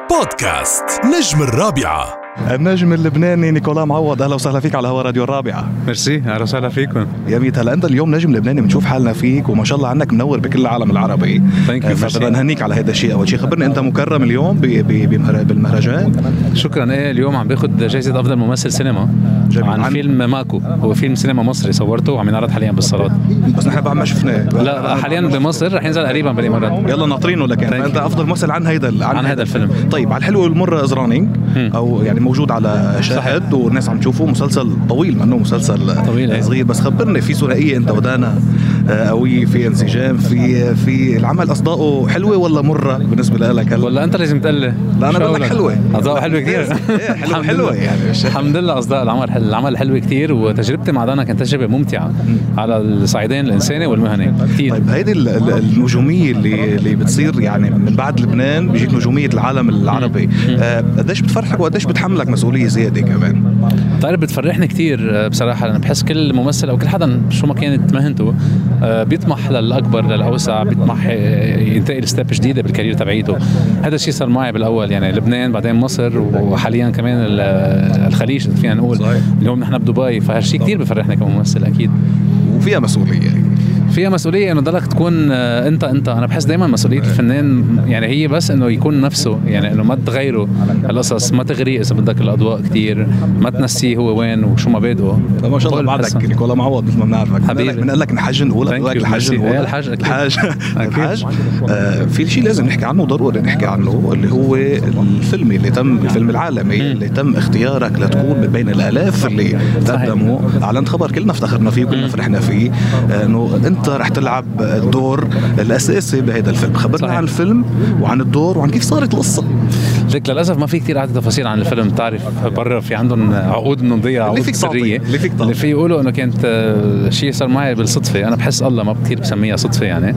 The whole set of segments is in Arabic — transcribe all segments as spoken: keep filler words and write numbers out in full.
بودكاست نجم الرابعة. النجم اللبناني نيكولا معوض، اهلا وسهلا فيك على هوا راديو الرابعة. ميرسي، اهلا وسهلا فيكم يا ميت. هلا انت اليوم نجم لبناني، بنشوف حالنا فيك وما شاء الله عنك منور بكل العالم العربي. فبدنا نهنيك على هذا الشيء. اول شيء خبرني انت مكرم اليوم بالمهرجان. شكرا. ايه اليوم عم باخذ جائزة افضل ممثل سينما عن, عن فيلم ماكو. هو فيلم سينما مصري صورته وعم ينعرض حاليا بالصالات، بس نحن بعد ما شفناه. لا حاليا بمصر، رح ينزل قريبا بالامارات. يلا ناطرينه لك. يعني انت افضل ممثل عن هيدا عن, عن هذا الفيلم. طيب على الحلو والمر ازرانينج او يعني موجود على شاهد والناس عم تشوفه. مسلسل طويل منه مسلسل طويل صغير، بس خبرني في ثنائيه انت ودانا قوي، في انسجام، في في العمل. اصداؤه حلوه ولا مره بالنسبه لك؟ ولا انت لازم تقول لي؟ لا انا بقول لك حلوه. اصداؤه حلوه كثير. حلوه حلوه يعني. الحمد لله اصداء العمل العمل حلوه كثير، وتجربتي مع دانا كانت تجربه ممتعه على الصعيدين الانساني والمهني كثير. طيب هيدي النجوميه اللي اللي بتصير يعني من بعد لبنان بيجيك نجوميه العالم العربي، قديش بتفرحك وقديش بتحملك مسؤوليه زياده كمان؟ طيب بتفرحني كثير بصراحه. انا بحس كل ممثل او كل حدا شو ما كانت مهنته بيطمح للاكبر للاوسع، بيطمح ينتقل ستيب جديده بالكارير تبعيته. هذا الشيء صار معي بالاول، يعني لبنان بعدين مصر وحاليا كمان الخليج فينا نقول. اليوم نحن بدبي، فهالشيء كثير بفرحني كممثل اكيد. وفيها مسؤوليه فيها مسؤولية انه ضلك تكون انت انت انا بحس دايما مسؤولية الفنان يعني هي بس انه يكون نفسه، يعني انه ما تغيره القصص، ما تغري اذا بدك الاضواء كتير، ما تنسيه هو وين وشو مبادئه. ما شاء الله بعدك نيكولا معوض مثل ما بنعرفك. حبيبي بنقول لك نحج نقول لك الحج نقول الحج الحج الحج آه في شيء لازم نحكي عنه، ضروري نحكي عنه، اللي هو الفيلم اللي تم الفيلم العالمي م. اللي تم اختيارك لتكون من بين الالاف اللي قدموا. اعلنت خبر كلنا افتخرنا فيه وكلنا فرحنا فيه، انه انت رح تلعب الدور الأساسي بهذا الفيلم. خبرنا صحيح. عن الفيلم وعن الدور وعن كيف صارت القصة. لك للأسف ما في كتير عدد تفاصيل عن الفيلم. تعرف برا في عندهم عقود نمضية، عقود سرية اللي فيك اللي في يقولوا انه كانت شيء صار معي بالصدفة. انا بحس الله ما كتير بسميها صدفة يعني.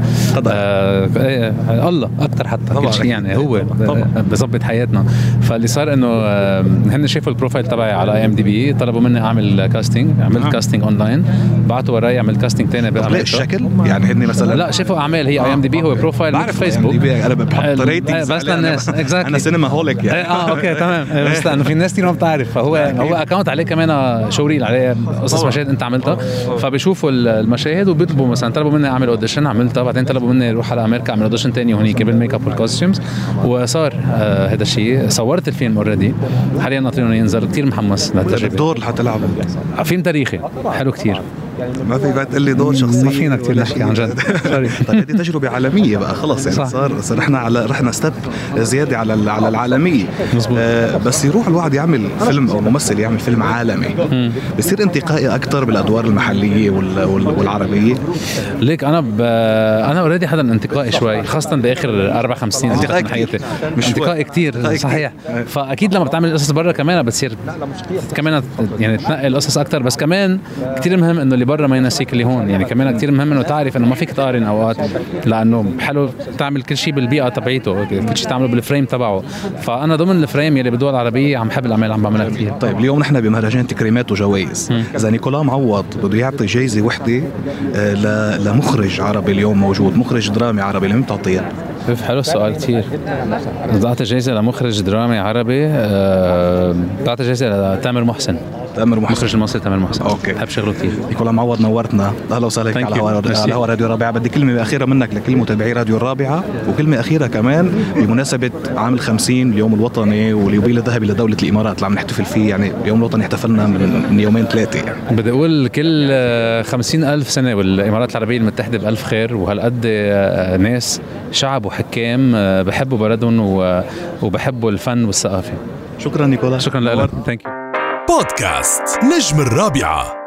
آه آه الله اكتر حتى كل شيء يعني هو بظبط حياتنا. فاللي صار انه آه هن شافوا البروفايل تبعي على اي ام دي بي، طلبوا مني اعمل كاستنج. عملت آه. كاستنج اونلاين، بعتوا وراي اعمل كاستنج تاني بأمريكا. الشكل يعني هن مثلا لا شافوا اعمال. هي اي ام دي بي هو بروفايل مش فيسبوك. انا بحط ريتنجز بس للناس انا سينما هوليك يعني. اه اوكي تمام. بس لانه في ناس كثير ما بتعرف، فهو هو اكونت عليه كمان شوريل عليه قصص مشاهد انت عملتها، فبيشوفوا المشاهد وبيطلبوا. مثلا طلبوا مني اعمل اوديشن، عملتها. بعدين طلبوا مني اروح على امريكا اعمل اوديشن ثاني هونيك بالميك اب والكوستيومز، وصار آه هذا الشيء. صورت الفيلم اوريدي، حاليا ناطرينه ينزل. كثير محمس للتجربه. الدور اللي حتلعبه فيلم تاريخي حلو كثير. ما في بقى تقول لي دور شخصي، ما فينا كثير نحكي عن جد. طيب هذه تجربة عالمية بقى خلاص يعني. صار صار رحنا على رحنا ستيب زيادة على على العالمية. آه بس يروح الواحد يعمل فيلم او ممثل يعمل فيلم عالمي، بصير انتقائي اكثر بالادوار المحلية وال وال والعربية. ليك انا ب... انا اوريدي حدا انتقائي شوي، خاصة باخر اربع خمس سنين من حياتي. مش انتقائي كثير صحيح. فاكيد لما بتعمل قصص برا كمان بتصير كمان يعني تنقل قصص اكثر. بس كمان كثير مهم انه اللي برا ما ينسيك اللي هون. يعني كمان كتير مهم انه تعرف انه ما فيك تقارن اوقات، لانه حلو تعمل كل شيء بالبيئه تبعيته، كل شيء تعمله بالفريم تبعه. فانا ضمن الفريم يلي بالدول العربيه عم بحب الاعمال عم بعملها كثير. طيب اليوم نحن بمهرجان تكريمات وجوائز. اذا نيكولا معوض بده يعطي جائزه وحده لمخرج عربي اليوم موجود، مخرج درامي عربي، لمين بتعطيها؟ حلو السؤال كتير. ضعت جائزة لمخرج درامي عربي، أه ضعت جائزة لتامر محسن. تامر محسن مخرج المصري تامر محسن. اوكي بحب شغله كثير. نيكولا معوض نورتنا. اهلا وسهلا فيك على هوا على هوا راديو الرابعة. بدي كلمة أخيرة منك لكل متابعي راديو الرابعة، وكلمة أخيرة كمان بمناسبة عام الخمسين اليوم الوطني واليوبيل الذهبي لدولة الإمارات اللي عم نحتفل فيه. يعني اليوم الوطني احتفلنا من, من يومين ثلاثة يعني. بدي أقول كل خمسين ألف سنة والإمارات العربية المتحدة بألف خير، وهالقد ناس شعب وحكام بحبوا بلدهم وبحبوا الفن والثقافة. شكرا نيكولا. شكرا لك. ثانك يو. بودكاست نجم الرابعة.